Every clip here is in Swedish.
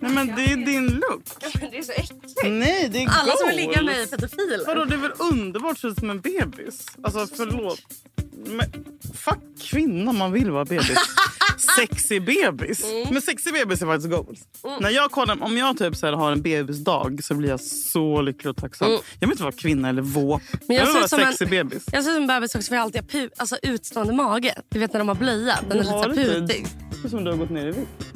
Nej, men det är din look. Men det är så äckligt. Nej, det är alla goals. som vill ligga med pedofiler. Vadå, det är väl underbart så som en bebis? Alltså förlåt. Men, fuck kvinna, man vill vara bebis. Sexy bebis. Men sexy bebis är faktiskt goals. När jag kollar, om jag typ så här, har en bebisdag så blir jag så lycklig och tacksam. Jag vill inte vara kvinna eller våp. Men jag vill vara som sexy bebis. Jag ser som en bebis också för jag alltid har alltså utstående mage. Du vet när de har blöja. Den är lite så putig. Det är som du har gått ner i vikt.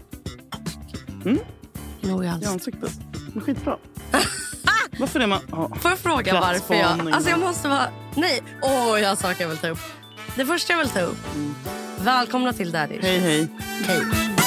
Nog I alls. ansiktet. Men skitbra. Varför är man... Får jag fråga varför jag... Alltså jag måste vara... Nej. Jag har saker jag vill ta upp. Det första jag vill ta upp. Välkomna till Daddy. Hej, hej. Hej.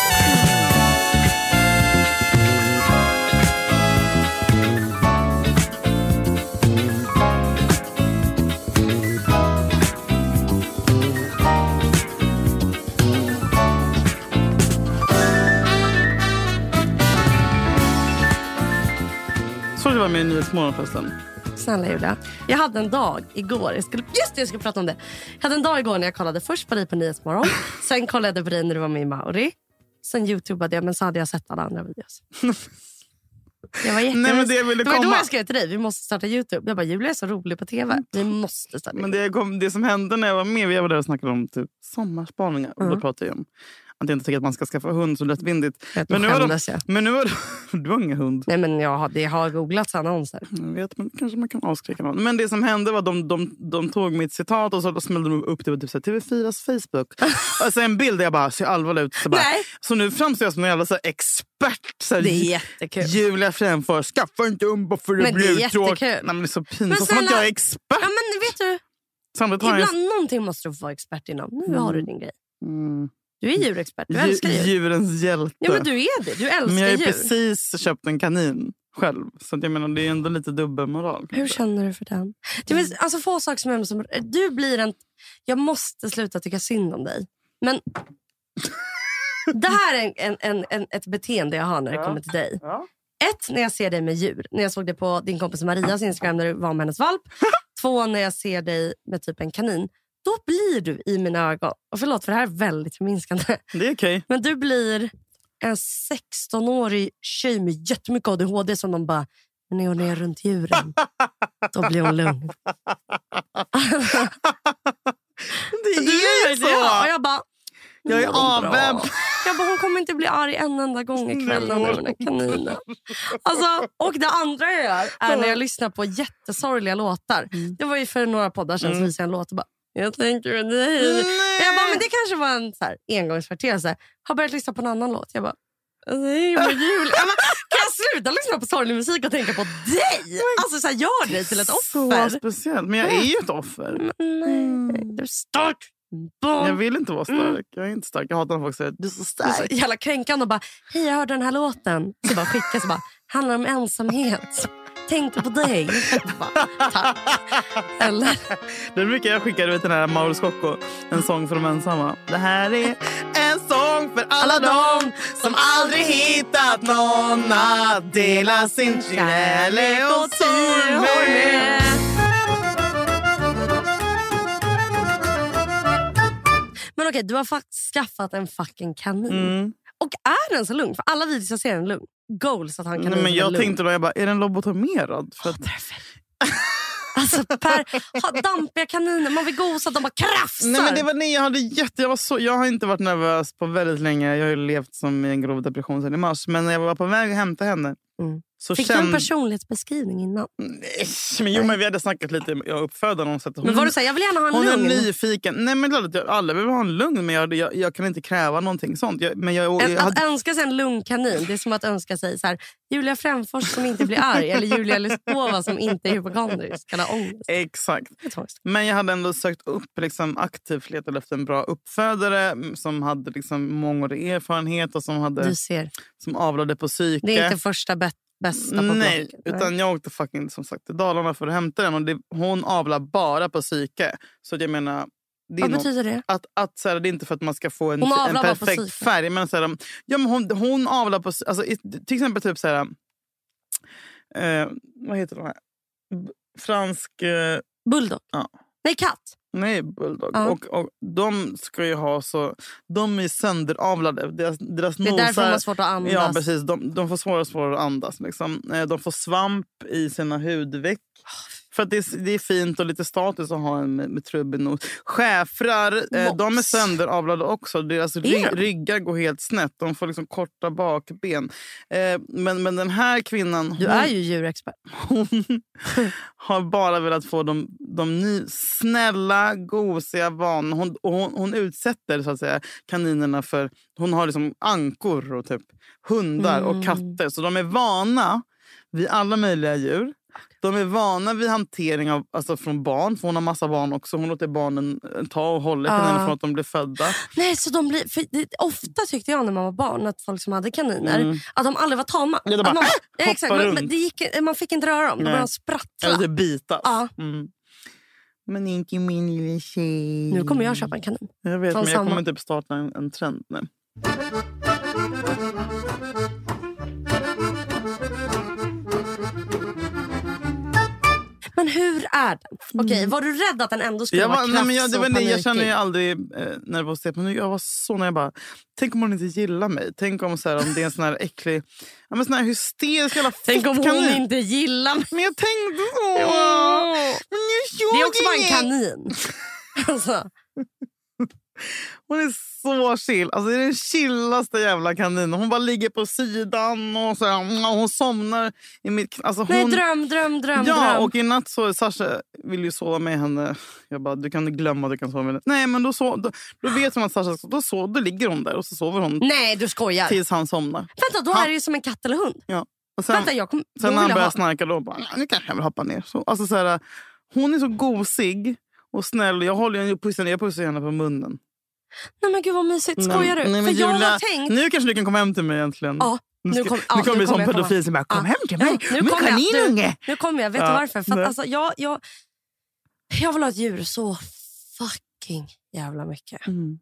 Så det var med i Nyhetsmorgon förresten. Snälla Julia. Jag hade en dag igår. Jag skulle prata om det. Jag hade en dag igår när jag kollade först på dig på Nyhetsmorgon. Sen kollade jag på dig när du var med i Mauri. Sen YouTubade jag, men så hade jag sett alla andra videos. Jag var Nej, men det var då jag skrev till dig. Vi måste starta YouTube. Jag bara, Julia är så rolig på tv. Vi måste starta. Men det som hände när jag var med, vi var där och snackade om typ sommarspaningar. Och då pratade jag om att jag inte tycker att man ska skaffa hund så lättvindigt. Men nu var du har ingen hund. Nej, men jag har googlat annonser. Jag vet, men kanske man kan avskrika någon. Men det som hände var att de tog mitt citat och så smällde de upp det på typ TV4s Facebook. Alltså en bild där jag bara ser allvarlig ut. Så nu framstår jag som en jävla så här expert. Så här, det är jättekul. Julia Fränfors, skaffa inte umbo för det blir tråkigt. Nej, men det är så pinsamt som att jag är expert. Ja, men vet du, ibland någonting måste du få vara expert inom. Nu har du din grej. Du är djurexpert, du älskar djur. Djurens hjälte. Ja, men du är det, du älskar djur. Men jag har precis köpt en kanin själv. Så jag menar, det är ändå lite dubbelmoral. Hur känner du för den? Det finns alltså få saker som du blir en... Jag måste sluta tycka synd om dig. Men det här är ett beteende jag har när det kommer till dig. Ja. 1, när jag ser dig med djur. När jag såg det på din kompis Marias Instagram när du var med hennes valp. 2, när jag ser dig med typ en kanin. Då blir du i mina ögon. Och förlåt, för det här är väldigt förminskande. Det är okej. Men du blir en 16-årig tjej med jättemycket ADHD som de bara, när hon är runt djuren, då blir hon lugn. Det är så. Och jag bara, jag är avvänd. Jag bara, hon kommer inte bli arg en enda gång ikväll när hon är kaninen. Alltså, och det andra jag gör är när jag lyssnar på jättesorgliga låtar. Det var ju för några poddar sedan som visade en låt och bara, jag tänker med dig. Jag bara, men det kanske var en så här engångsförteelse. Har börjat lyssna på en annan låt. Jag bara, nej, med jul. Jag bara, kan jag sluta lyssna på sorglig musik och tänka på dig? Alltså så här, gör dig till ett offer. Så speciellt, men jag är ju ett offer. Nej, du är stark. Jag vill inte vara stark. Jag är inte stark. Jag hatar när folk säger du är så stark. Du är så jävla kränkande och bara, hej, jag hörde den här låten. Så bara skicka så bara, handlar om ensamhet. Tänkte på dig. Bara, tack. Eller? Det brukar jag skicka, du vet den här Mauro Scocco, en sång för de ensamma. Det här är en sång för alla de som aldrig hittat någon att dela sin kärlek och sorg med. Men okej, du har faktiskt skaffat en fucking kanin. Och är den så lugn? För alla videos jag ser den lugn. Goals att han kan. Nej, men jag tänkte då, jag bara, är den lobotomerad? För att... Alltså dampiga kaniner, man vill gosa, de bara krafsar. Nej, men det var jag har inte varit nervös på väldigt länge. Jag har ju levt som i en grov depression sedan i mars. Men när jag var på väg att hämta henne så fick du en personlighetsbeskrivning innan? Nej, men vi hade snackat lite. Jag uppfödde någon sätt. Men vad du säger, jag vill gärna ha en lugn. Hon är nyfiken. Nej, men alla vill ha en lugn, men jag kan inte kräva någonting sånt. Att önska sig en lugn kanin, det är som att önska sig så här, Julia Fränfors som inte blir arg eller Julia Lyskova som inte är hypokondrisk eller ångest. Exakt. Men jag hade ändå sökt upp liksom, aktivt letat efter en bra uppfödare som hade liksom, mångårig erfarenhet och som avlade på psyke. Det är inte första bästa på Nej, utan jag åkte fucking som sagt till Dalarna för att hämta den och hon avlar bara på psyke. Så jag menar, vad betyder det? Att så här, det är inte för att man ska få en perfekt färg, men så här, ja, men hon avlar på, alltså, till exempel typ så här, vad heter de här? Fransk bulldog. Ja. Nej, katt. Nej, bulldog. Och de ska ju ha så... De är sönderavlade. Deras det är nosar, därför de har svårt att andas. Ja, precis. De får svårare att andas. Liksom. De får svamp i sina hudveck. För att det är fint och lite status att ha en med trubbig nos. Schäfrar, de är sönderavlade också. Deras ryggar går helt snett. De får liksom korta bakben. Men den här kvinnan... Du är ju djurexpert. Hon har bara velat få de snälla, gosiga barn. Hon utsätter så att säga kaninerna för... Hon har liksom ankor och typ hundar och katter. Så de är vana vid alla möjliga djur. De är vana vid hantering av, alltså från barn. För hon har massa barn också. Hon låter barnen ta och hålla kaniner från att de blir födda. Nej, så de blir... ofta tyckte jag när man var barn att folk som hade kaniner att de aldrig var tama. Ja, de bara, exakt, men det gick, man fick inte röra dem. De började sprattla. Eller bitas. Ja. Men inte min lilla tjej. Nu kommer jag köpa en kanin. Jag vet, men jag kommer typ starta en trend nu. Men hur är den? Okej, var du rädd att den ändå skulle vara kraftfull? Jag känner ju aldrig nervositet. Men jag var så när jag bara... Tänk om hon inte gillar mig. Tänk om, så här, om det är en sån här äcklig... Ja, men sån här hysterisk jävla tänk om hon inte gillar mig. Men jag tänkte så. Det är också bara en kanin. Alltså. Hon är så chill. Alltså det är den chillaste jävla kaninen. Hon bara ligger på sidan och så här, och hon somnar i mitt... Alltså hon... Nej, dröm. Ja, och i natt så Sasha vill ju sova med henne. Jag bara, du kan glömma att du kan sova med henne. Nej, men då vet hon att Sasha... Då ligger hon där och så sover hon. Nej, du skojar. Tills han somnar. Vänta, då är det ju som en katt eller hund. Ja. Och sen, vänta, sen när han börjar snarka då bara, nu kanske jag vill hoppa ner. Så, alltså så här, hon är så gosig och snäll. Jag pussar henne på munnen. Nej men gud vad mysigt, skojar du? Nej, för Julia, jag har tänkt... Nu kanske du kan komma hem till mig egentligen. Ja, nu kommer vi som pedofil som bara, kom hem till mig. Nu kommer jag, vet du varför? För att alltså, jag vill ha ett djur så fucking jävla mycket.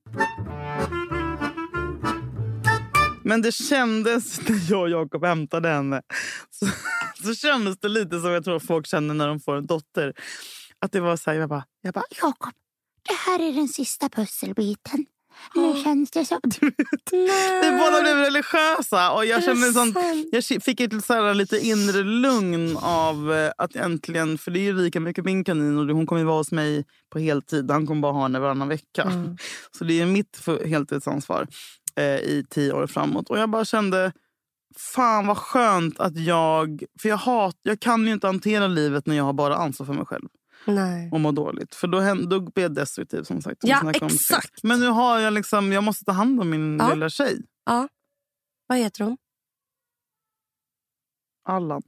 Men det kändes när jag och Jakob hämtade henne så kändes det lite som jag tror folk känner när de får en dotter. Att det var så här, jag bara Jakob, det här är den sista pusselbiten. Nu känns det så. Vi båda blev religiösa och jag kände jag fick ett så här, lite inre lugn av att äntligen, för det är ju lika mycket min kanin och hon kommer ju vara hos mig på heltid. Han kommer bara ha henne varannan vecka. Så det är mitt heltidsansvar i 10 år framåt. Och jag bara kände, fan vad skönt att jag kan ju inte hantera livet när jag har bara ansvar för mig själv. Nej. Och må dåligt. För då blir jag destruktiv som sagt. Ja, exakt. Men nu har jag jag måste ta hand om min lilla tjej. Ja. Vad heter hon? Allan.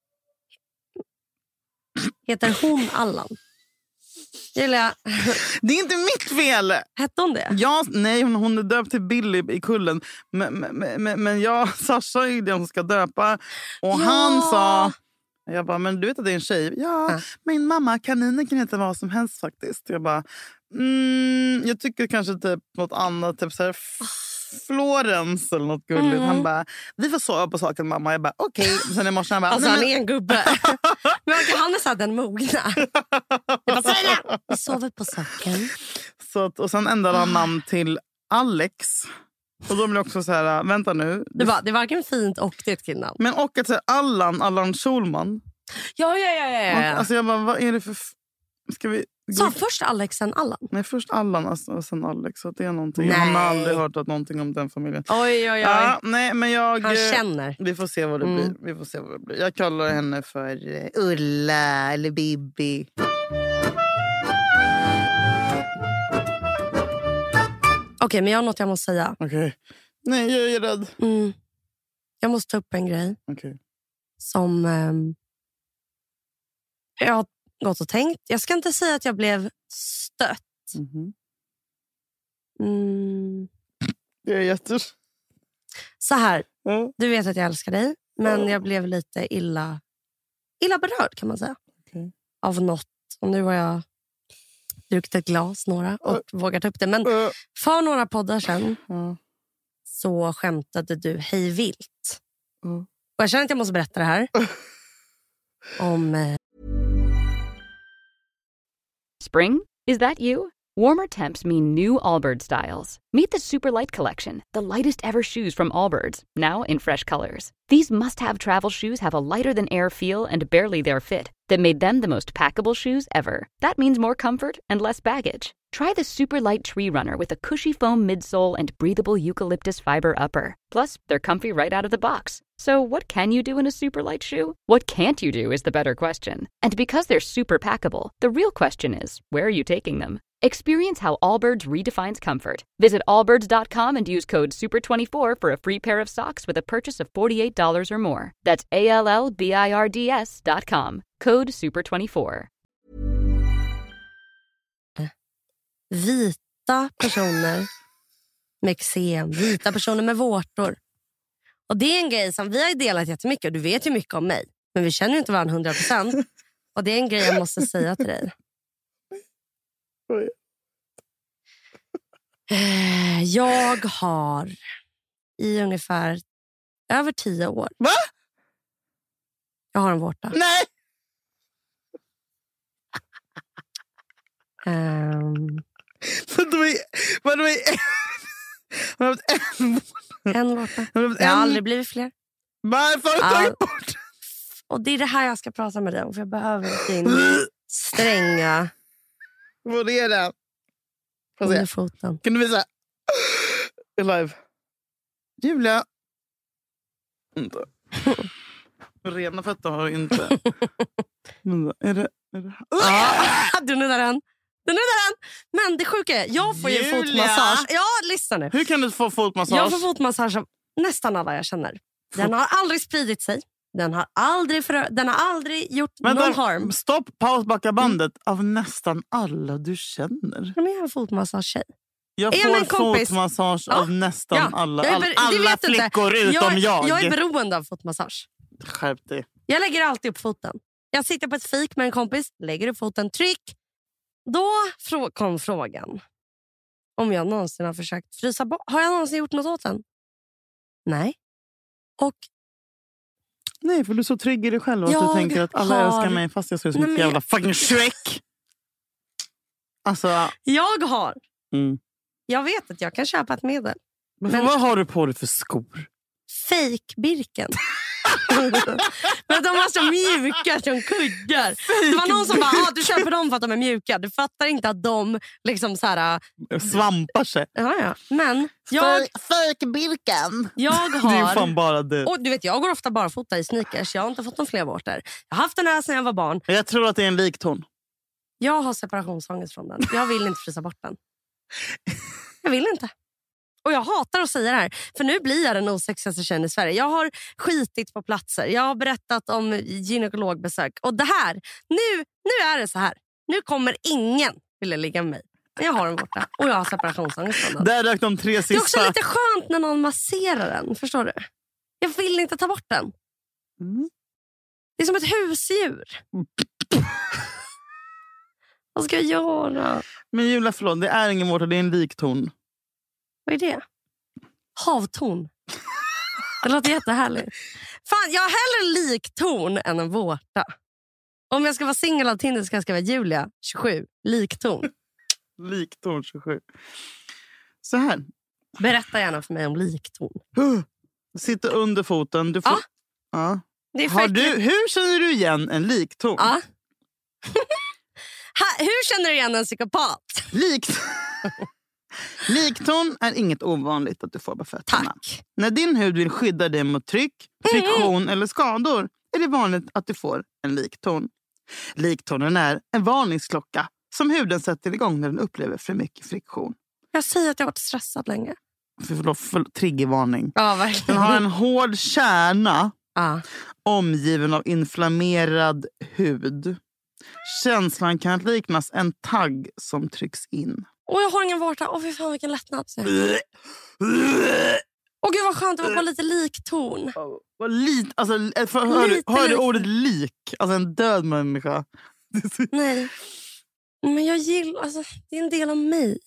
Heter hon Allan? Julia. Det är inte mitt fel. Hette hon det? Ja, nej, hon är döpt till Billy i kullen. Men Sasha är den som ska döpa. Och han sa... Jag bara, men du vet att det är en tjej? Ja, min mamma, kaninen kan heta vad som helst faktiskt. Jag bara, jag tycker kanske typ något annat, typ så här Florence eller något gulligt. Han bara, vi får sova på saken mamma. Jag bara, okej. Sen i morse han bara, alltså han är en gubbe. Men han är så här den mogna. Jag bara, vi sover på saken. Så och sen ändrade han namn till Alex. Och då blir också så här, vänta nu. Det är varken fint och det är ett killnamn. Men och att säga Allan Schulman. Ja. Alltså jag bara, vad är det för... Ska vi... Så först Alex, sen Allan? Nej, först Allan och sen Alex. Så det är någonting. Nej. Jag har aldrig hört någonting om den familjen. Oj. Ja, nej, men han känner. Vi får se vad det blir. Jag kallar henne för Ulla eller Bibi. Okej, men jag har något jag måste säga. Okej. Nej, jag är rädd. Jag måste ta upp en grej. Okej. Som jag har gått och tänkt. Jag ska inte säga att jag blev stött. Det är jätte... Så här, du vet att jag älskar dig. Men jag blev lite illa berörd kan man säga. Okay. Av något. Och nu har jag druckit ett glas, några, och vågat upp det. Men för några poddar sedan så skämtade du hej vilt. Och jag känner att jag måste berätta det här. Om... Spring, Is that you? Warmer temps mean new Allbirds styles. Meet the Superlight Collection, the lightest ever shoes from Allbirds, now in fresh colors. These must-have travel shoes have a lighter-than-air feel and barely their fit that made them the most packable shoes ever. That means more comfort and less baggage. Try the Superlight Tree Runner with a cushy foam midsole and breathable eucalyptus fiber upper. Plus, they're comfy right out of the box. So what can you do in a Superlight shoe? What can't you do is the better question. And because they're super packable, the real question is, where are you taking them? Experience how Allbirds redefines comfort. Visit allbirds.com and use code SUPER24 for a free pair of socks with a purchase of $48 or more. That's ALLBIRDS.com. Code SUPER24. Vita personer med eksem, vita personer med vårtor. Och det är en grej som vi har delat jättemycket, och du vet ju mycket om mig. Men vi känner ju inte varandra 100%. Och det är en grej jag måste säga till dig. Jag har i ungefär över 10 år. Va? Jag har en vårta. Nej! En vårta. Jag har aldrig blivit fler. Varför har du tagit bort? Och det är det här jag ska prata med dig om. För jag behöver din stränga Vad är det? under foten. Kan du visa? Live. Julia. Inte. Rena fötter har jag inte. Men är det? Ja, du nuddar den. Men det sjuka är, jag får ju fotmassage. Ja, lyssna nu. Hur kan du få fotmassage? Jag får fotmassage av nästan alla jag känner. Den har aldrig spridit sig. Den har aldrig gjort någon harm. Stopp, paus, backa bandet. Av nästan alla du känner. Men jag är en fotmassage-tjej. Jag får fotmassage av nästan alla. Alla flickor utom jag. Jag är beroende av fotmassage. Skärp dig. Jag lägger alltid upp foten. Jag sitter på ett fik med en kompis. Lägger upp foten, tryck. Då kom frågan. Om jag någonsin har försökt frysa bort. Har jag någonsin gjort något åt den? Nej. Nej, för du är så trygg i dig själv att du tänker att alla älskar mig fast jag ser ut som ett jävla fucking Shrek. Alltså. Jag vet att jag kan köpa ett medel. Men vad har du på dig för skor? Fake Birken. Men de var så mjuka som kuddar. Det var någon som bara, du köper dem för att de är mjuka. Du fattar inte att de liksom så här svampar sig. Ja. Men fake Birken. Jag har. Det är fan bara det. Och du vet, jag går ofta bara fota i sneakers. Jag har inte fått någon fler vårtor. Jag har haft den här sedan jag var barn. Jag tror att det är en likton. Jag har separationsångest från den. Jag vill inte frysa bort den. Jag vill inte. Och jag hatar att säga det här. För nu blir jag den osexigaste tjejen i Sverige. Jag har skitit på platser. Jag har berättat om gynekologbesök. Och det här, nu är det så här. Nu kommer ingen vilja ligga med mig. Men jag har den borta. Och jag har separationsångest från den. Där rök de 3 sista. Det är också lite skönt när någon masserar den. Förstår du? Jag vill inte ta bort den. Det är som ett husdjur. Vad ska jag göra? Men Julia, förlåt. Det är ingen vårta, det är en likton. Vad är det? Havtorn. Det låter jättehärligt. Fan, jag har hellre liktorn än en vårta. Om jag ska vara singel av Tinder ska jag skriva Julia 27. Liktorn. Liktorn 27. Så här. Berätta gärna för mig om liktorn. Sitter under foten. Du får... Ja. Det är hur känner du igen en liktorn? Ja. Hur känner du igen en psykopat? Liktorn är inget ovanligt att du får på fötterna. Tack. När din hud vill skydda dig mot tryck, friktion eller skador är det vanligt att du får en liktorn. Liktornen är en varningsklocka som huden sätter igång när den upplever för mycket friktion. Jag säger att jag har varit stressad länge. Förlåt, triggervarning. Ja, verkligen. Den har en hård kärna omgiven av inflammerad hud. Känslan kan liknas en tagg som trycks in. Och jag har ingen vårta. Åh, fy fan vilken lättnad. Åh gud vad skönt, det var bara lite liktorn. Alltså, hör du ordet lik? Alltså en död människa. Nej. Men jag gillar, alltså det är en del av mig.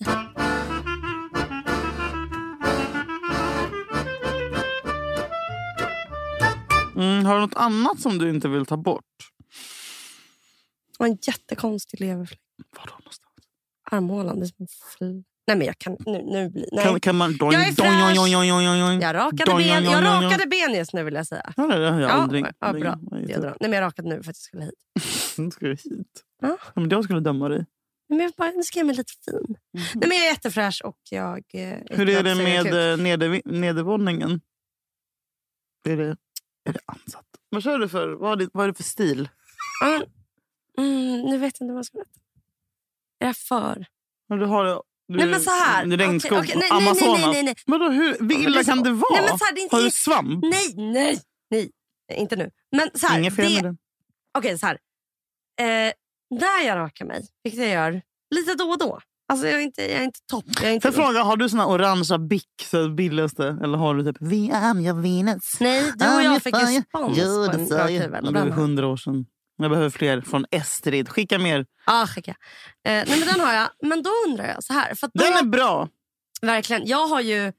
Har du något annat som du inte vill ta bort? Och en jättekonstig leverfläck. Var då någonstans? Armhålan, det är som nej men jag kan nu blir nej. Kan man Jag är fräsch. Jag rakade ben just nu vill jag säga. Ja, det har jag aldrig. Ja, bra. Nej men jag rakade nu för att jag skulle hit. Ska du hit? Ja. Men jag skulle döma dig. Men jag bara, nu ska jag mig lite fin. Nej men jag är jättefräsch och jag hur är det med nedervåningen? Är det ansatt? Vad kör du för? Vad är det för stil? Nu vet jag inte vad jag ska berätta. Är jag för? Men du har nej men så här. Regnskog okay, Amazonas. Nej. Vadå, hur illa kan det vara? Nej, men så här, det är inte... Har du svamp? Nej. Inte nu. Men så här. Inget fel med det. Okej, så här. När jag rakar mig, vilket jag gör lite då och då. Alltså jag är inte topp. För fråga, har du såna orangea Bic så billigaste? Eller har du typ Venus? Nej, du och jag fick ju spons på en rakhyvel. Det var 100 år sedan. Jag behöver fler från Estrid. Skicka mer. Ja, skicka. Nej, men den har jag. Men då undrar jag så här. För att den är bra. Verkligen. Jag har ju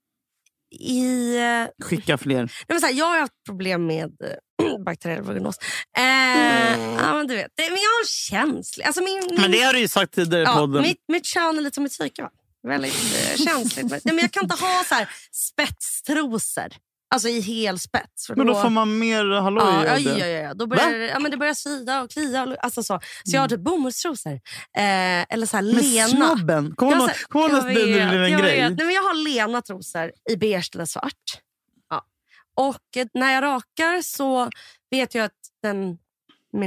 skicka fler. Nej, men så här, jag har haft problem med bakteriell vaginos. Ja, men du vet. Men jag är känslig. Alltså men det har du ju sagt tidigare i podden. Mitt kön är lite som ett psyke, va? Väldigt känsligt. Nej, men jag kan inte ha så här spetstrosor. Alltså i hel spets. Men då får man mer halloj. Ja. Då börjar det börjar svida och klia. Alltså så jag har typ bomullstrosor. Eller så här lena. Snobben. Kommer det bli en grej? Nej, men jag har lena trosor i beige eller svart. Ja. Och när jag rakar så vet jag att min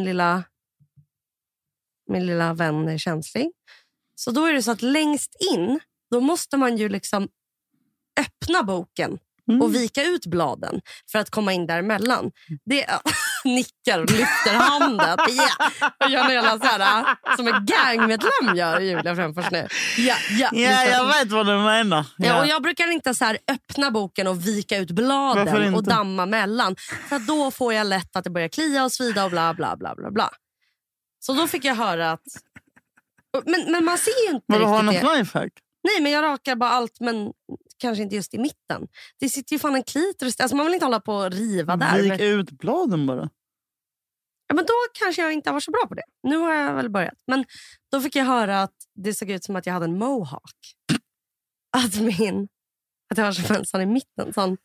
lilla vän är känslig. Så då är det så att längst in då måste man ju liksom öppna boken. Och vika ut bladen för att komma in däremellan. Det nickar och lyfter handen. Och gör något så här som en gangmedlem gör Julia framför nu. Ja, jag vet vad du menar. Ja, och jag brukar inte så här öppna boken och vika ut bladen och damma mellan. För att då får jag lätt att det börjar klia och svida och bla bla bla bla bla. Så då fick jag höra att... Men man ser ju inte men riktigt har något lifehack? Nej, men jag rakar bara allt, men kanske inte just i mitten. Det sitter ju fan en klitoris. Alltså man vill inte hålla på och riva där. Vik ut bladen bara. Ja, men då kanske jag inte var så bra på det. Nu har jag väl börjat. Men då fick jag höra att det såg ut som att jag hade en mohawk. Att jag har som en sån i mitten. Sån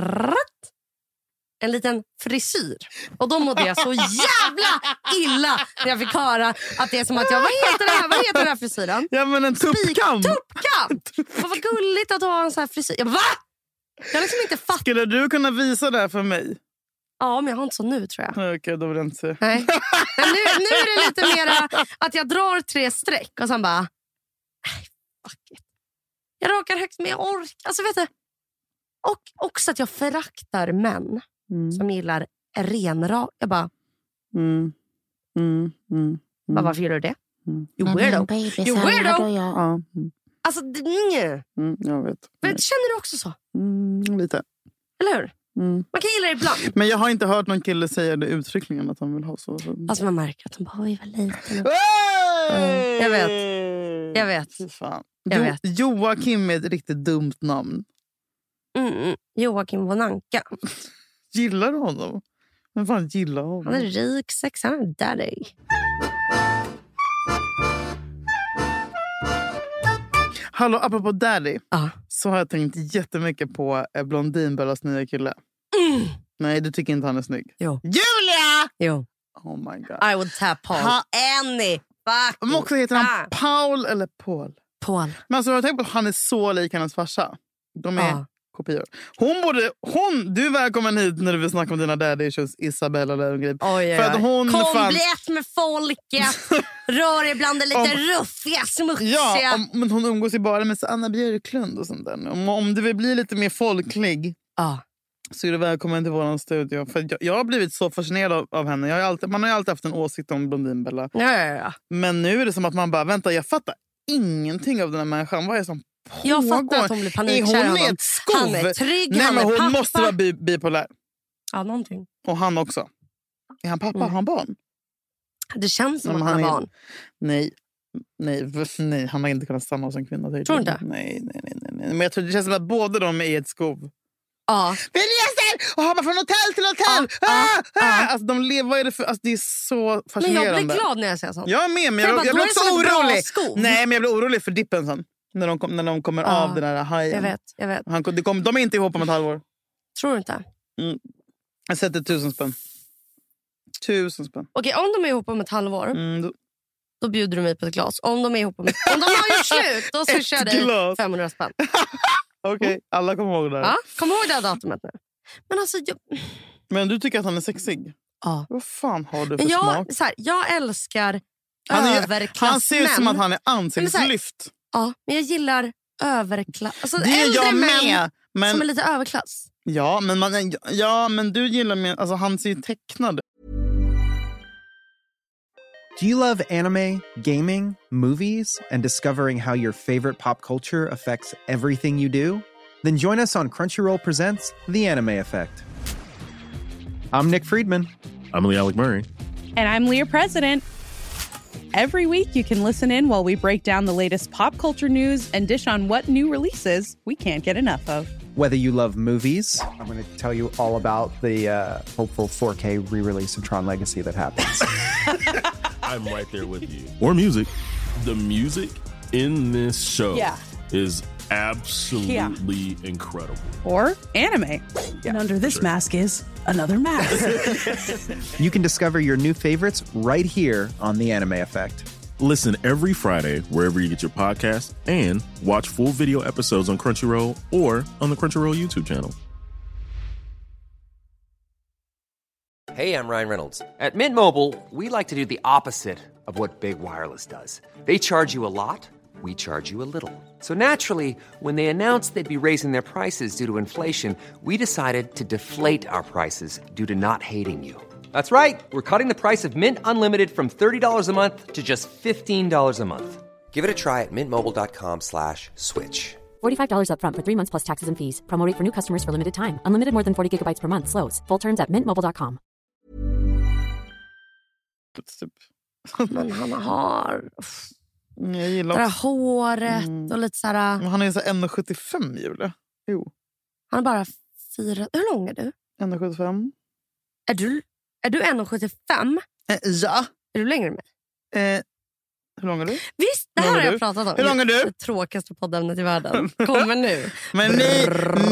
en liten frisyr. Och då mådde jag så jävla illa när jag fick höra att det är som att jag... Vad heter den här frisyren? Ja, men en tuppkam. Och vad gulligt att ha en sån här frisyr. Jag bara, va? Jag har liksom inte fattat. Skulle du kunna visa det här för mig? Ja, men jag har inte så nu, tror jag. Okej, då vill jag inte se. Nej. Men nu är det lite mer att jag drar 3 streck och sen bara... Nej, fuck it. Jag rakar högt, men jag orkar. Alltså, vet du. Och också att jag föraktar män som gillar renrak. Jag bara... Varför gör du det? You weirdo. You weirdo. Alltså, jag vet. Men känner du också så? Lite. Eller hur? Man kan gilla det ibland. Men jag har inte hört någon kille säga det uttryckligen att han vill ha så. Alltså man märker att han bara, oj vad liten. Jag vet. Fan. Joakim är ett riktigt dumt namn. Joakim von Anka. Gillar du honom? Men fan gillar honom. Han är rik, sex, han är daddy. Hallå, apropå daddy. Så har jag tänkt jättemycket på Blondinbellas nya kille. Nej, du tycker inte han är snygg. Jo. Julia! Jo. Oh my god. I would tap Paul. Any fucking men också heter han Paul eller Paul? Paul. Men alltså, jag har tänkt på att han är så lik hennes farsa. De är kopior. Du är välkommen hit när du vill snacka om dina daddy issues, Isabella Löwengrip. För att hon bli ett med folket. Rör ibland är lite ruffiga, smutsiga. Ja, men hon umgås ju bara med Anna Björklund och sånt där. Om du vill bli lite mer folklig så är du välkommen till våran studio. För jag har blivit så fascinerad av henne. Man har ju alltid haft en åsikt om Blondinbella. Ja. Men nu är det som att man bara, vänta, jag fattar ingenting av den här människan. Vad är det som pågår? Jag fattar att hon blir panikkär. Är hon ett skov? Han är trygg, nej, han är men hon pappa. måste vara bipolär. Ja, någonting. Och han också. Är han pappa? Har han barn? Det känns som att han har barn. Nej, han har inte kunnat stanna hos en kvinna. Tror du inte? Nej. Men jag tror det känns som att båda de är i ett skov. Ja. Vi reser och hoppar från hotell till hotell. Alltså de lever, vad är det för, alltså det är så fascinerande. Men jag blir glad när jag ser sånt. Jag är med, men jag blir också orolig. Nej, men jag blir orolig för Dippenson. När de kommer av den där hajen. Jag vet. De är inte ihop om ett halvår. Tror du inte? Jag sätter 1000 spänn. 1000 spänn. Okej, om de är ihop om ett halvår, då bjuder du mig på ett glas. Om de är ihop om om de har gjort slut, då swishar jag dig 500 spänn. Okej, alla kommer ihåg det här. Ja, kom ihåg det här datumet nu. Men alltså... Men du tycker att han är sexig? Ja. Vad fan har du för smak? Så här, jag älskar överklassmän. Han ser ut som att han är ansiktslyft. Ja, men jag gillar överklass. Alltså, det är jag med. Men, som är lite överklass. Ja, men du gillar mer... Alltså han ser ju tecknad. Do you love anime, gaming, movies, and discovering how your favorite pop culture affects everything you do? Then join us on Crunchyroll Presents The Anime Effect. I'm Nick Friedman. I'm Lee Alec Murray. And I'm Leah President. Every week you can listen in while we break down the latest pop culture news and dish on what new releases we can't get enough of. Whether you love movies, I'm going to tell you all about the hopeful 4K re-release of Tron Legacy that happens. I'm right there with you. Or music. The music in this show is absolutely incredible. Or anime. And under this mask is another mask. You can discover your new favorites right here on The Anime Effect. Listen every Friday wherever you get your podcast and watch full video episodes on Crunchyroll or on the Crunchyroll YouTube channel. Hey, I'm Ryan Reynolds. At Mint Mobile, we like to do the opposite of what Big Wireless does. They charge you a lot, we charge you a little. So naturally, when they announced they'd be raising their prices due to inflation, we decided to deflate our prices due to not hating you. That's right. We're cutting the price of Mint Unlimited from $30 a month to just $15 a month. Give it a try at mintmobile.com/switch. $45 up front for 3 months plus taxes and fees. Promo rate for new customers for limited time. Unlimited more than 40 gigabytes per month. Slows full terms at mintmobile.com. Men han har... Jag gillar det där håret och lite så här... Men han är så 1,75 Julia. Jo. Han är bara 4... Hur lång är du? 1,75. Är du 1,75? Ja. Är du längre än mig? Hur lång är du? Visst, det här har jag pratat om. Hur lång är du? Det tråkigaste poddämnet i världen. Kommer nu. Men nej.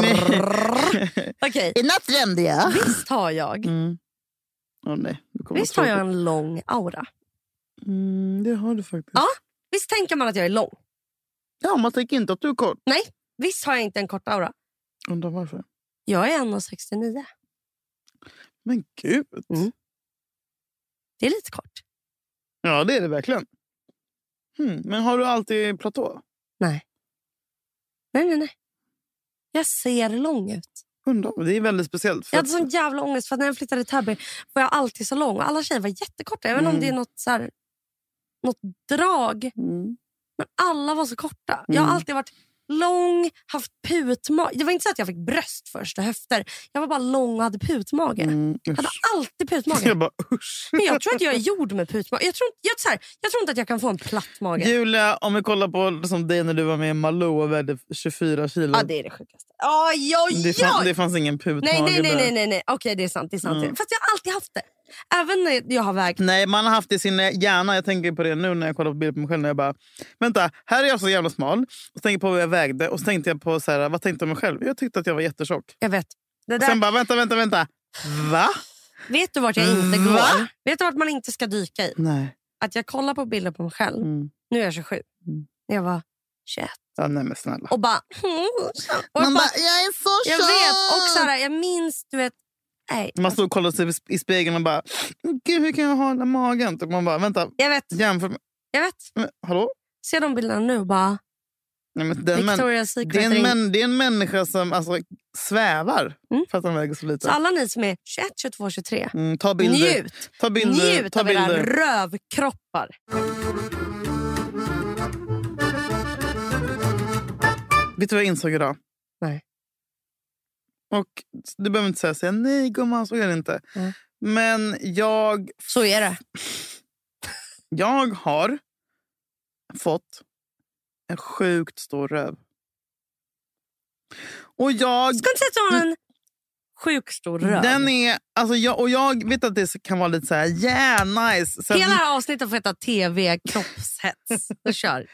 Okej. Är något trendiga? Visst har jag. Nej. Visst har jag en lång aura. Det har du faktiskt. Ja, visst tänker man att jag är lång. Ja, man tänker inte att du är kort. Nej, visst har jag inte en kort aura. Undrar varför. Jag är 1,69. Men gud. Det är lite kort. Ja, det är det verkligen. Men har du alltid platå? Nej. Jag ser lång ut. Undrar, det är väldigt speciellt. Jag hade sån jävla ångest för att när jag flyttade till Täby var jag alltid så lång. Och alla tjejer var jättekorta. Jag vet inte om det är något, så här, något drag. Men alla var så korta. Jag har alltid varit lång, haft putmage. Det var inte så att jag fick bröst först och höfter. Jag var bara lång och hade putmage. Jag hade alltid putmage. Jag bara, usch. Men jag tror att jag är gjord med putmage. Jag tror inte att jag kan få en platt mage. Julia, om vi kollar på som dig när du var med i Malou och vägde 24 kilo. Ja, det är det sjukaste. Det fanns ingen putmage. Nej. Okej, det är sant. Fast jag har alltid haft det. Även när jag har vägt. Nej, man har haft det i sin hjärna. Jag tänker på det nu när jag kollar på bilder på mig själv. När jag bara, vänta, här är jag så jävla smal. Och så tänker jag på vad jag vägde. Och så tänkte jag på så här, vad tänkte jag om mig själv? Jag tyckte att jag var jättetjock. Jag vet. Det där... Sen bara, vänta. Va? Vet du vart jag inte går? Vet du vart man inte ska dyka i? Nej. Att jag kollar på bilder på mig själv. Nu är jag 27. När jag var 21. Ja, nej men snälla. Och bara... Man bara, jag är så tjock. Jag vet. Och så här, jag minns, du vet... Nej. Man står och kollar sig i spegeln och bara, gud, hur kan jag ha den magen? Och man bara, vänta. Jag vet. Jämför med... Jag vet. Men, hallå? Se de bilderna nu bara... Nej, men det är en människa som alltså, svävar för att de väger så lite. Så alla ni som är 21, 22, 23, ta bilder. Njut av era rövkroppar. Vet du vad jag insåg idag? Nej. Och du behöver inte säga nej gumman, så är det inte. Men så är det. Jag har fått en sjukt stor röv. Och jag... Ska inte säga att du har en sjukt stor röv. Den är, alltså jag vet att det kan vara lite så här, nice. Sen, hela det här avsnittet får heta TV kroppshets. Du kör.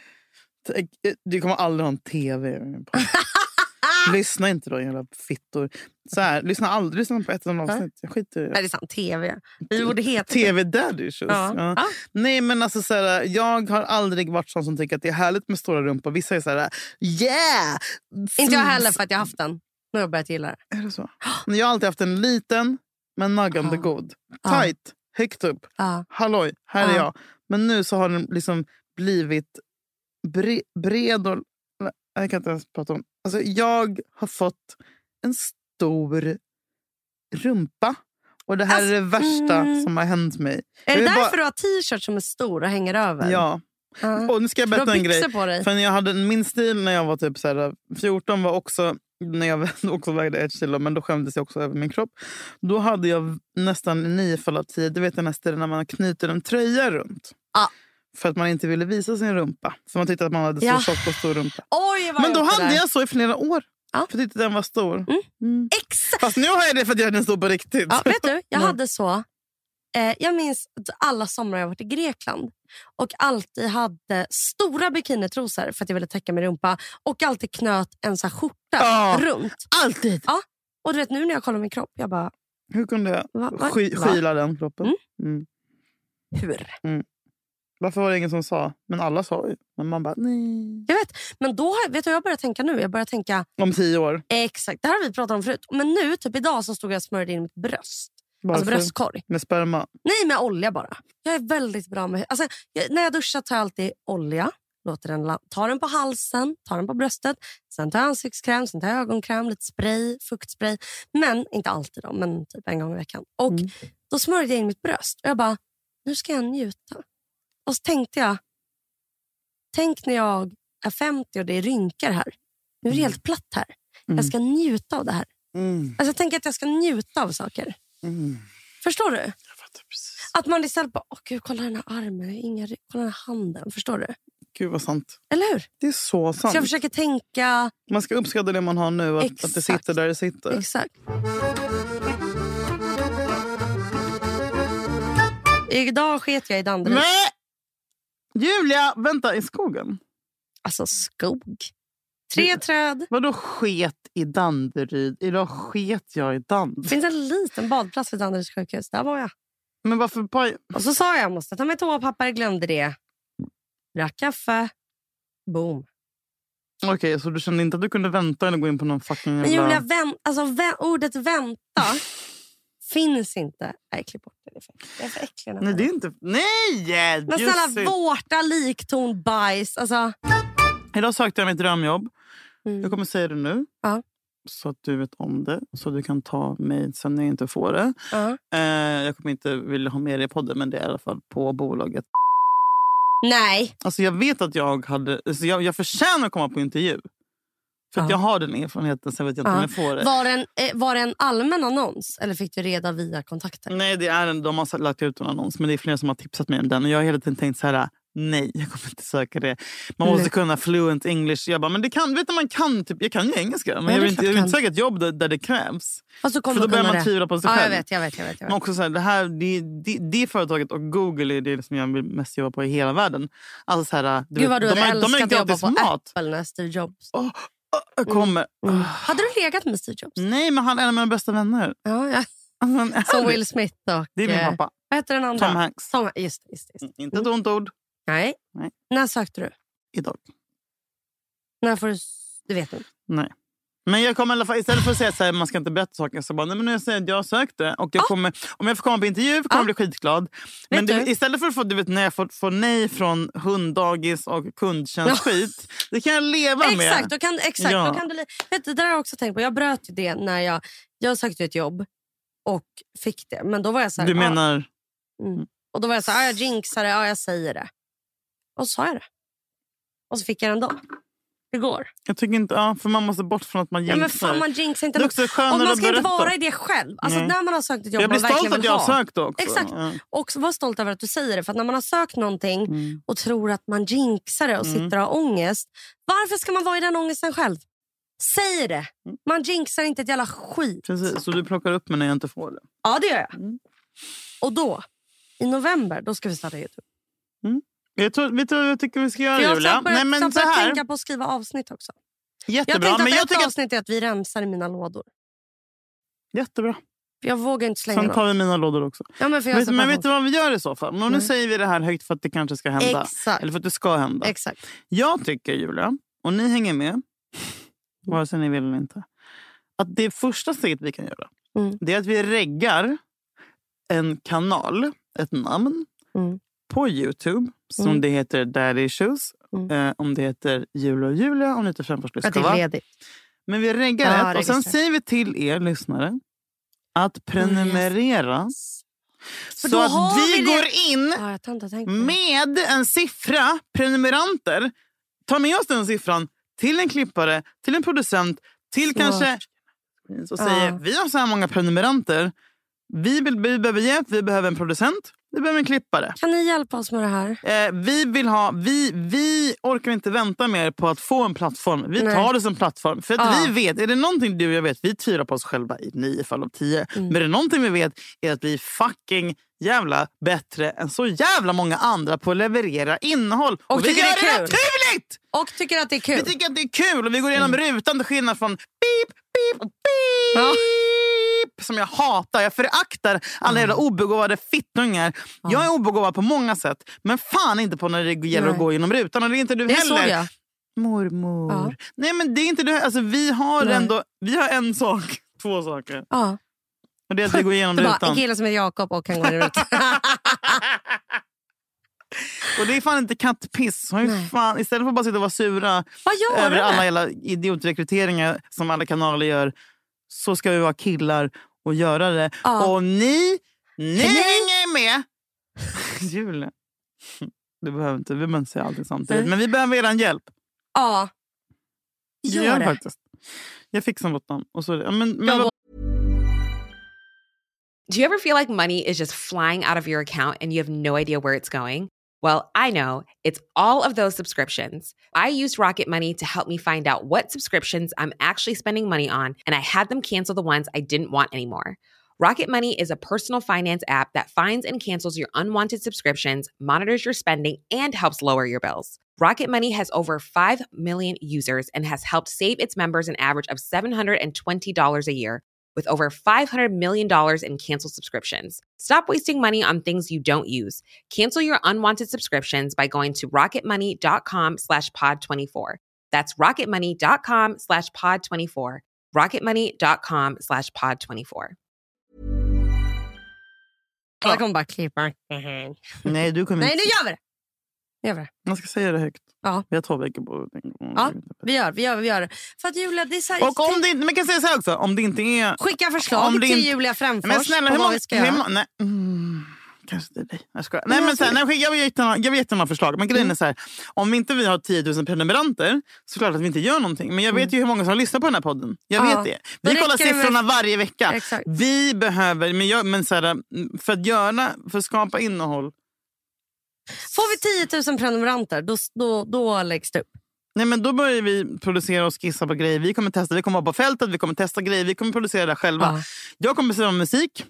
Du kommer aldrig ha en TV på. Lyssna inte då, jävla fittor. Så här, lyssna på ett avsnitt. Jag skiter i det. Nej, det är sant, TV. Vi borde heta TV Daddy shows. Ja. Ja. Nej, men alltså så här, jag har aldrig varit sån som tycker att det är härligt med stora rumpor. Vissa är så här, yeah! Inte jag heller för att jag har haft den. Nu har jag börjat gilla det. Är det så? Men jag har alltid haft en liten, men naggande god. Tight, högt upp. Halloj, här är jag. Men nu så har den liksom blivit bred och... Jag kan inte ens prata om. Alltså jag har fått en stor rumpa. Och det här är det värsta som har hänt mig. Är det därför du har t-shirt som är stor och hänger över? Ja. Och nu ska jag berätta en grej. På dig. För jag hade min stil när jag var typ så här, 14 var också... När jag också vägde 1 kilo, men då skämdes jag också över min kropp. Då hade jag nästan 9 fall av 10. Du vet den här stilen när man knyter en tröja runt. För att man inte ville visa sin rumpa. För man tyckte att man hade så tjock och stor rumpa. Oj, men då hade jag så i flera år. För jag tyckte att den var stor. Exakt. Fast nu har jag det för att jag är den stor på riktigt. Ja, vet du, jag hade så. Jag minns alla somrar jag varit i Grekland. Och alltid hade stora bikinitrosor för att jag ville täcka min rumpa. Och alltid knöt en sån här skjorta runt. Alltid. Ja. Och du vet, nu när jag kollar min kropp, jag bara... Hur kunde jag skyla den kroppen? Hur? Varför var det ingen som sa? Men alla sa ju. Men man bara, nej. Jag vet. Men då vet du, jag börjar tänka nu. Jag börjar tänka... Om 10 år. Exakt. Det här har vi pratat om förut. Men nu, typ idag, så stod jag och smörjde in mitt bröst. Varför? Alltså bröstkorg. Med sperma? Nej, med olja bara. Jag är väldigt bra med... Alltså, när jag duschar tar jag alltid olja. Tar den på halsen, tar den på bröstet. Sen tar jag ansiktskräm, sen tar jag ögonkräm, lite spray, fuktspray. Men, inte alltid då, men typ en gång i veckan. Och då smörjde jag in mitt bröst. Och jag bara, nu ska jag njuta. Och så tänkte jag, tänk när jag är 50 och det är rynkor här. Nu är det helt platt här. Jag ska njuta av det här. Alltså jag tänker att jag ska njuta av saker. Förstår du? Jag fattar precis. Att man istället bara, gud, kolla den här armen, kolla den här handen. Förstår du? Gud vad sant. Eller hur? Det är så sant. Så jag försöker tänka... Man ska uppskatta det man har nu. Att det sitter där det sitter. Exakt. Idag sket jag i Danderyd. Nej! Julia, vänta, i skogen? Alltså skog. 3 träd. Vadå sket i Danderyd? Idag sket jag i Danderyd. Det finns en liten badplats vid Danderyds sjukhus. Där var jag. Men varför? Och så sa jag, måste ta med toapapper, glömde det. Drack kaffe. Boom. Okej, så du kände inte att du kunde vänta eller gå in på någon fucking... Men Julia, ordet vänta finns inte. Nej, klipp bort det. Det är för äckligt. Nej, det är inte... Nej! Men snälla, vårta, likton, bajs. Alltså... Idag sökte jag mitt drömjobb. Jag kommer säga det nu. Ja. Så att du vet om det. Så du kan ta mig sen när jag inte får det. Jag kommer inte vilja ha med det i podden. Men det är i alla fall på bolaget. Nej. Alltså jag vet att jag hade... Alltså jag förtjänar att komma på intervju. För att jag har den erfarenheten. Så jag vet inte om jag får det. Var det en allmän annons? Eller fick du reda via kontakter? Nej, de har lagt ut en annons. Men det är flera som har tipsat mig om den. Och jag har hela tiden tänkt så här... Nej, jag kommer inte söka det. Man måste kunna fluent English. Jag bara, men det kan, vet du, man kan typ, jag kan ju engelska. Men jag vill inte söka ett jobb där det krävs. För då börjar man tvivla på sig själv. Jag vet. Men också så här, det företaget och Google är det som jag vill mest jobba på i hela världen. Alltså så här, Gud vad du hade älskat att jobba på mat. Apple när Steve Jobs. Jag kommer. Hade du legat med Steve Jobs? Nej, men han är en av mina bästa vänner. Ja. Som Will Smith och... Det är min pappa. Vad heter den andra? Tom Hanks. Just. Inte ett ont ord. Nej. När sökte du? Idag. När får du vet inte. Nej. Men jag kommer i alla fall, istället för att säga att man ska inte berätta saker, så bara, nej, men nu säger jag sökte och jag kommer, om jag får komma på intervju kommer jag bli skitglad. Men istället för att få, du vet, när jag får nej från hunddagis och kundtjänstskit, det kan jag leva med. Exakt, då kan du vet du, det där har jag också tänkt på. Jag bröt ju det när jag sökte ett jobb och fick det. Men då var jag så här, du menar? Och då var jag så här, jag jinxar det, jag säger det. Och så sa jag det. Och så fick jag den då. Det går. Jag tycker inte, för man måste bort från att man jinxar. Ja, men fan, man jinxar inte. Och man ska inte vara i det själv. Alltså när man har sökt ett jobb jag blir man verkligen stolt att jag har sökt också. Exakt. Och var stolt över att du säger det. För att när man har sökt någonting och tror att man jinxar det och sitter och har ångest. Varför ska man vara i den ångesten själv? Säg det. Man jinxar inte ett jävla skit. Precis, så du plockar upp mig när jag inte får det. Ja, det gör jag. Och då, i november, då ska vi starta YouTube. Jag tycker vi ska göra, Julia. Jag börjar tänka på att skriva avsnitt också. Jättebra. Jag tänkte att avsnitt är att vi rensar i mina lådor. Jättebra. Jag vågar inte slänga Sen tar vi mina lådor också. Ja, men vet du vad vi gör i så fall? Nu säger vi det här högt för att det kanske ska hända. Exakt. Eller för att det ska hända. Exakt. Jag tycker, Julia, och ni hänger med, vare sig ni vill eller inte, att det första steget vi kan göra, det är att vi reggar en kanal, ett namn, på YouTube, som det heter Daddy Issues, om det heter Julia och Julia, om det heter Framförslyssna. Men vi reggar det och sen säger vi till er lyssnare att prenumerera. Så att vi går in med en siffra prenumeranter. Ta med oss den siffran till en klippare, till en producent, till kanske... Så säger vi har så här många prenumeranter. Vi behöver hjälp, vi behöver en producent, vi behöver en klippare. Kan ni hjälpa oss med det här? Vi orkar inte vänta mer på att få en plattform. Vi tar det som plattform. För att vi vet, är det någonting du och jag vet, vi tvivlar på oss själva i 9 fall av 10. Men är det någonting vi vet är att vi är fucking jävla bättre än så jävla många andra på att leverera innehåll. Och vi gör det naturligt! Och tycker att det är kul. Vi tycker att det är kul och vi går igenom rutan till skillnad från pip, pip och pip. Som jag hatar. Jag föraktar alla jävla obegåvade fittungar. Jag är obegåvad på många sätt. Men fan inte på när det gäller att gå genom rutan. Och det är inte du det heller. Såg jag. Mormor. Nej, men det är inte du. Alltså, vi har en sak. 2 saker. Och det är att vi går igenom rutan. En kille som är Jakob och kan gå igenom rutan. Och det är fan inte kattpiss. Fan, istället för att bara sitta och vara sura över alla jävla idiotrekryteringar som alla kanaler gör, så ska vi vara killar och göra det. Och ni hänger med. Julia. Vi behöver inte säga allting samtidigt. Men vi behöver er hjälp. Ja. Gör det. Faktiskt. Jag fixar något namn. Och så, Do you ever feel like money is just flying out of your account and you have no idea where it's going? Well, I know. It's all of those subscriptions. I used Rocket Money to help me find out what subscriptions I'm actually spending money on, and I had them cancel the ones I didn't want anymore. Rocket Money is a personal finance app that finds and cancels your unwanted subscriptions, monitors your spending, and helps lower your bills. Rocket Money has over 5 million users and has helped save its members an average of $720 a year, with over $500 million in canceled subscriptions. Stop wasting money on things you don't use. Cancel your unwanted subscriptions by going to rocketmoney.com/pod24. That's rocketmoney.com/pod24. rocketmoney.com/pod24. Jag kommer bara klippa. Nej, du kommer inte. Nej, nu gör vi det. Man ska säga det högt. Ja. Vi har 2 veckor på det. Ja, vi gör det. För att Julia, det är så här, och om det inte, man kan säga så här också, om det inte är... Skicka förslag till Julia Främfors. Men snälla, vad vi ska göra. Nej. Kanske det är dig. Jag skojar. Nej, men så här, jag vill jättegärna förslag. Men grejen är så här, om inte vi har 10 000 prenumeranter, så klart att vi inte gör någonting. Men jag vet ju hur många som lyssnar på den här podden. Jag vet det. Vi kollar siffrorna varje vecka. Exakt. Vi behöver, men så här, för att skapa innehåll. Får vi 10 000 prenumeranter, då läggs det upp. Nej, men då börjar vi producera och skissa på grejer. Vi kommer testa, vi kommer vara på fältet, vi kommer testa grejer, vi kommer producera det själva. Jag kommer skriva musik.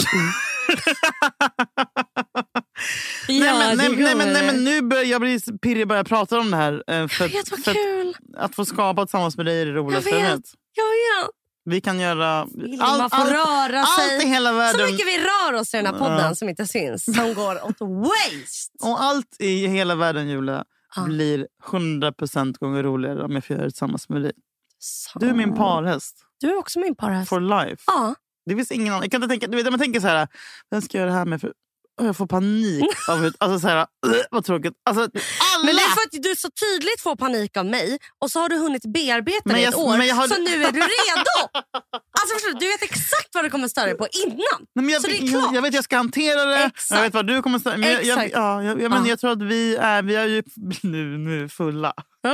Men nu börjar jag bli pirrig börja prata om det här. För att få skapa tillsammans med dig är det roligaste jag vet. Vi kan göra allt i hela världen. Så mycket vi rör oss i den här podden som inte syns. Som går åt waste. Och allt i hela världen, Julia, blir 100% gånger roligare om jag får göra det tillsammans med dig. Du är min parhäst. Du är också min parhäst. For life. Ja. Det finns ingen annan. Jag kan inte tänka, du vet, man tänker så här, vem ska jag göra det här med? För jag får panik av alltså så här, vad tråkigt. Alltså, alla... Men det är för att du så tydligt får panik av mig och så har du hunnit bearbeta det ett år, så nu är du redo. Alltså förstår du vet exakt vad du kommer störa dig på innan. Nej, men så det är klart. Jag vet jag ska hantera det. Exakt. Jag vet vad du kommer störa. Men jag tror att vi är ju nu fulla.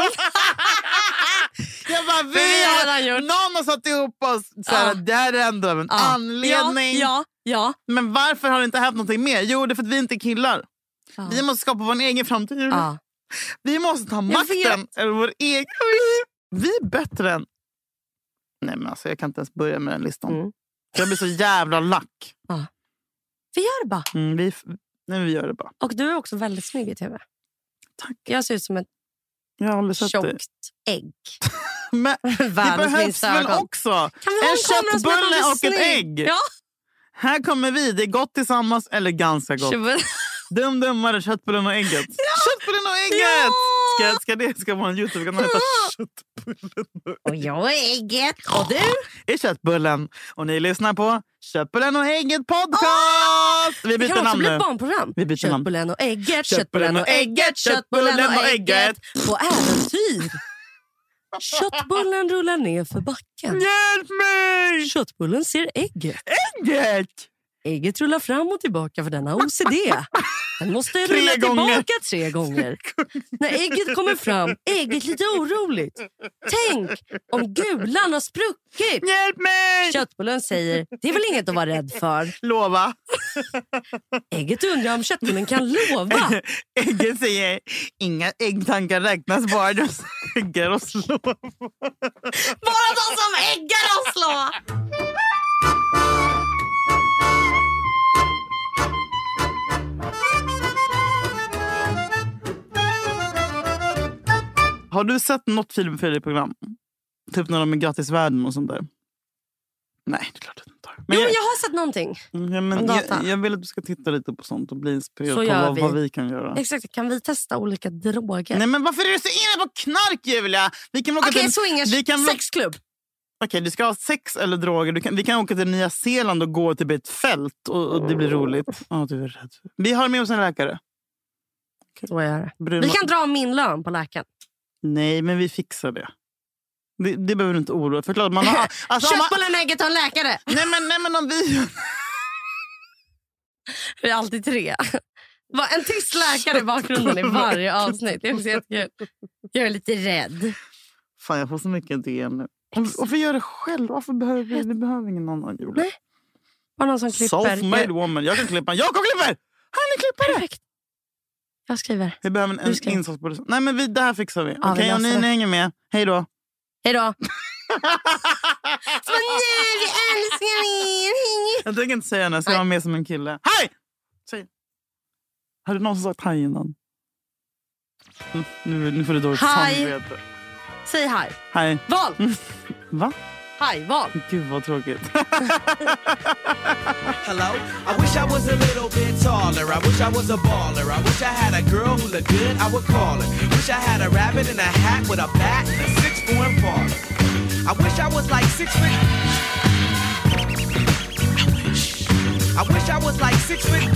Jag bara, någon har satt ihop oss såhär, det här är ändå en anledning. Ja. Men varför har det inte hänt någonting mer? Jo, det är för att vi inte är killar. Vi måste skapa vår egen framtid. Vi måste ta makten över vår egen. Vi är bättre än Nej, men alltså, jag kan inte ens börja med den listan. Jag blir så jävla lack. Ja. Vi gör det bara. Vi gör det bara. Och du är också väldigt snygg i tv. Tack. Jag ser ut som ett jag har aldrig sett tjockt ägg. Men det behövs väl också. En köttbulle och ett ägg. Ja. Här kommer vi. Det är gott tillsammans eller ganska gott. Dummare, köttbullen och ägget. Ja. Köttbullen och ägget! Ja. Ska vara en YouTube-kanal heta Köttbullen och jag är ägget. Och du är köttbullen. Och ni lyssnar på Köttbullen och ägget podcast. Vi byter namn nu. Det kan också bli ett barnprogram. Vi byter Köttbullen och ägget. Köttbullen och ägget. Köttbullen och ägget. På äventyr. Köttbullen rullar ner för backen. Hjälp mig! Köttbullen ser ägget. Ägget! Ägget rullar fram och tillbaka för denna OCD. Den måste rulla tillbaka 3 gånger. När ägget kommer fram, ägget lite oroligt. Tänk om gulan har spruckit. Hjälp mig! Köttbullen säger, det är väl inget att vara rädd för. Lova. Ägget undrar om köttbullen kan lova. Ägget säger, inga äggtankar räknas, bara de äggar och slår. Bara de som äggar och slår. Har du sett något Filip-program? Typ när de är gratisvärlden och sånt där. Nej, det är klart att du inte har. Men jag har sett någonting. Ja, men jag vill att du ska titta lite på sånt och bli inspirerad på vad vi kan göra. Exakt, kan vi testa olika droger? Nej, men varför är du så inne på knark, Julia? Vi kan åka till swingers, sexklubb. Okej, du ska ha sex eller droger. Vi kan åka till Nya Zeeland och gå till ett fält och det blir roligt. Du är rädd. Vi har med oss en läkare. Så är det. Vi kan dra min lön på läkaren. Nej, men vi fixar det. Det behöver du inte oroa. Förklart, man har, alltså, köttbullen, ägget och en läkare. Nej, men om vi... Vi är alltid 3. En tyst läkare i bakgrunden i varje avsnitt. Det är jättekul. Jag är lite rädd. Fan, jag får så mycket idéer nu. Och vi gör det själv. Varför behöver vi behöver ingen annan, Julia? Nej. Bara någon som klipper. Self-made woman. Jag kan klippa. Jag klipper! Han är klippare! Perfekt. Jag skriver. Vi behöver en insats på det. Nej, men det här fixar vi. Okej, och ni hänger med. Hej då. Hej då. Så nu älskar er. Jag tänker inte säga det. Jag ska vara med som en kille. Hej! Säg. Har du någonsin sagt hej innan? Nu får du dåligt samvete. Säg hej. Hej. Val. Va? Hej, val. Gud, vad tråkigt. Hello? I wish I was a little bit taller. I wish I was a baller. I wish I had a girl who looked good, I would call her. Wish I had a rabbit in a hat with a bat and a 6'4" parlor. I wish I was like 6 feet. I wish I was like 6 feet.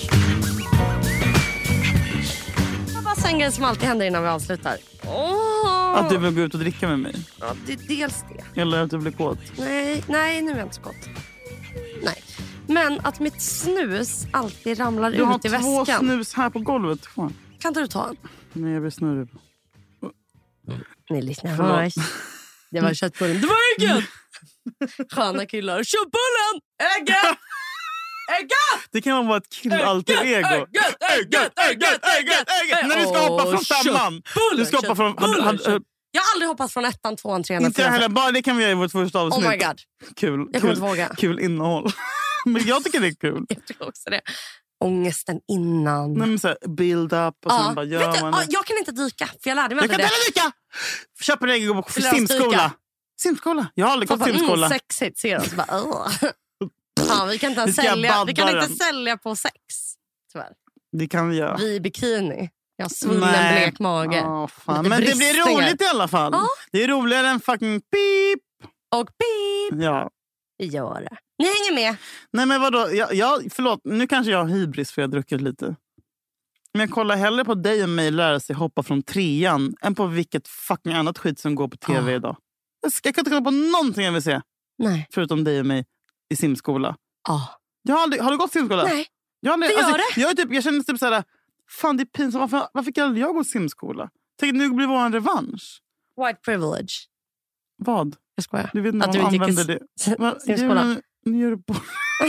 Jag bara säger en grej som alltid händer innan vi avslutar. Att du vill gå ut och dricka med mig? Ja, det är dels det. Eller att du blir kåt? Nej, nu är jag inte så kåt. Nej. Men att mitt snus alltid ramlar ut i väskan. Du har 2 snus här på golvet. Fan. Kan inte du ta en? Nej, jag blir snurrig. Ni lyssnar. Det var köttbullen. Det var ägget! Sköna killar. Köttbullen! Ägget! Ägget! Det kan vara ett kill-alter ego. Ägget! När du ska hoppa från 5:an. Du ska hoppa från... Jag har aldrig hoppat från 1:an, 2:an, 3:an. Inte jag heller. Bara det kan vi göra i vårt första avsnitt. Oh my god. Kul. Jag kommer inte våga. Kul innehåll. Men jag tycker det är kul. Jag tror också det. Ångesten innan. Nej, men så här, build up och sen bara gör man det. Jag kan inte dyka, för jag lärde mig det. Jag kan inte dyka! Köper regel på simskola. Simskola? Jag har aldrig gått simskola. Sexigt ser de så bara, vi kan inte sälja på sex, tyvärr. Det kan vi göra. Vi i bikini. Jag har svullen blek mage. Men det blir roligt i alla fall. Det är roligare än fucking pip. Och pip. Ja. Vi gör det. Ni hänger med. Nej, men vadå? Förlåt, nu kanske jag har hybris för jag har druckit lite. Men jag kollar hellre på dig och mig lära sig hoppa från 3:an än på vilket fucking annat skit som går på tv idag. Jag kan inte kolla på någonting jag vill se. Nej. Förutom dig och mig i simskola. Har du gått simskola? Nej. Jag känner typ såhär, fan det är pinsamt. Varför fick aldrig jag gå simskola? Tänk nu blir vår en revansch. White privilege. Vad? Jag skojar. Du vet inte om man använder det. Simskola. Nu gör du på.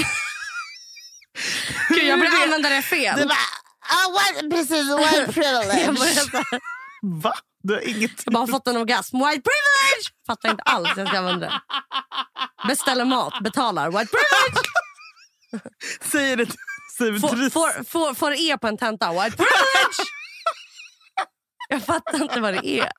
Gud, jag började använda det fel. Precis, white privilege. Va? Du har inget. Jag bara har fått en orgasm. White privilege! Fattar inte alls jag ska använda det. Beställer mat, betalar. White privilege! Säger det. Får E på en tenta. White privilege! Jag fattar inte vad det är.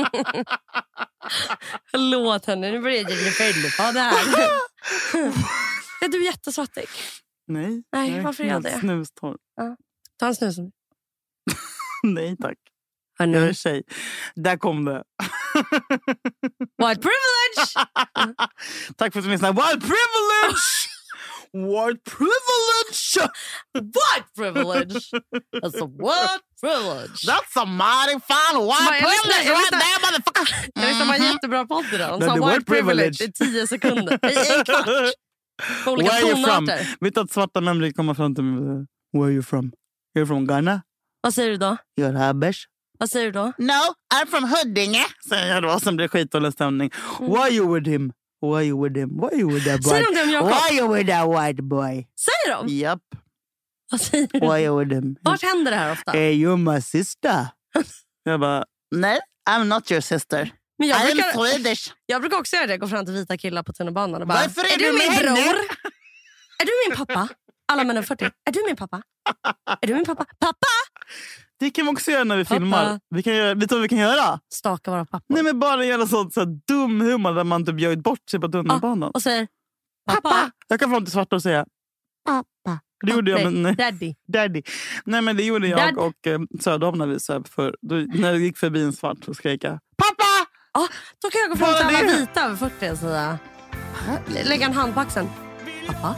Låt henne, nu börjar jag bli fällig på det här. Är du jättesvattig? Nej, varför är jag det? Snustorr. Ja. Ta en snus. Nej tack. Jag är tjej. Där kom det. White privilege! Tack för att du lyssnade. White privilege! White privilege! White privilege! That's a white privilege! That's a mighty fine white privilege right there, motherfucker! Jag lyssnar på en jättebra podd idag. Hon sa white privilege i 10 sekunder. I en kvart. På olika tonarter. Vet du att svarta män brukar komma fram till mig? Where are you from? You're from Ghana? Vad säger du då? You're Habesh. Vad säger du då? No, I'm from Huddinge. Säger jag då, som blir skitdålig stämning. Why are you with him? Why are you with him? Why are you with that boy? Säger de det om Jakob? Why are you with that white boy? Säger de? Japp. Vad säger du? Why are you with him? Vart händer det här ofta? Hey, you're my sister. Jag bara, nej, I'm not your sister. Men I'm Swedish. Jag brukar också göra det. Gå fram till vita killar på tunnelbanan och bara, varför är du du min med bror? henne? Är du min pappa? Alla män 40. Är du min pappa? Är du min pappa? Pappa! Det kan vi också göra när vi filmar. Vet du vad vi kan göra? Staka våra pappa. Nej, men bara göra sånt så dum humor där man typ bjöd bort sig på tunnelbanan. Och säger pappa. Jag kan få till svarta och säga pappa. Det gjorde jag, men Daddy. Nej, men det gjorde jag och Söderholm när vi söp för när det gick förbi en svart så skrek jag pappa! Ja, då kan jag gå fram till alla vita över 40 och säga lägga en hand på axeln. Pappa.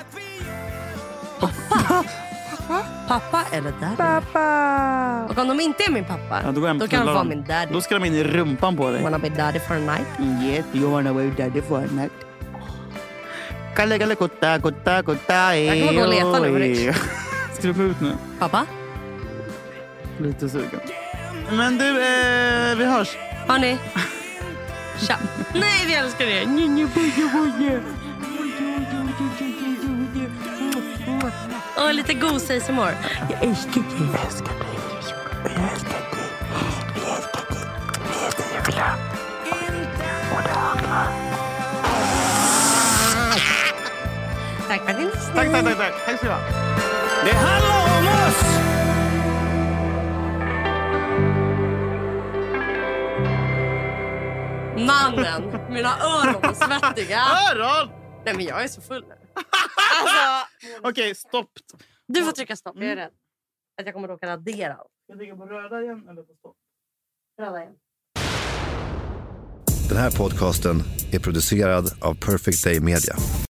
Pappa eller daddy? Pappa. Och om de inte är min pappa, då kan de vara min daddy. Då ska de in i rumpan på dig. Wanna be daddy for a night? Yes, you wanna be daddy for a night. Jag kan gå och leta nu, Rick. Ska du gå ut nu? Pappa? Lite sugen. Men du, vi hörs. Hörni. Tja. Nej, vi älskar det. Och lite gosejsimor. Jag älskar dig. Jag älskar dig. Jag älskar dig. Vi älskar dig. Vi är så jävla. Och det handlar. Tack för din snö. Tack. Hej så mycket. Det handlar om oss. Mannen, mina öron är svettiga. Öron? Nej, men jag är så full nu. Okej, stopp. Du får trycka stopp, jag är rädd att jag kommer råka radera allt. Jag trycker på röda igen eller på stopp? Röda igen. Den här podcasten är producerad av Perfect Day Media.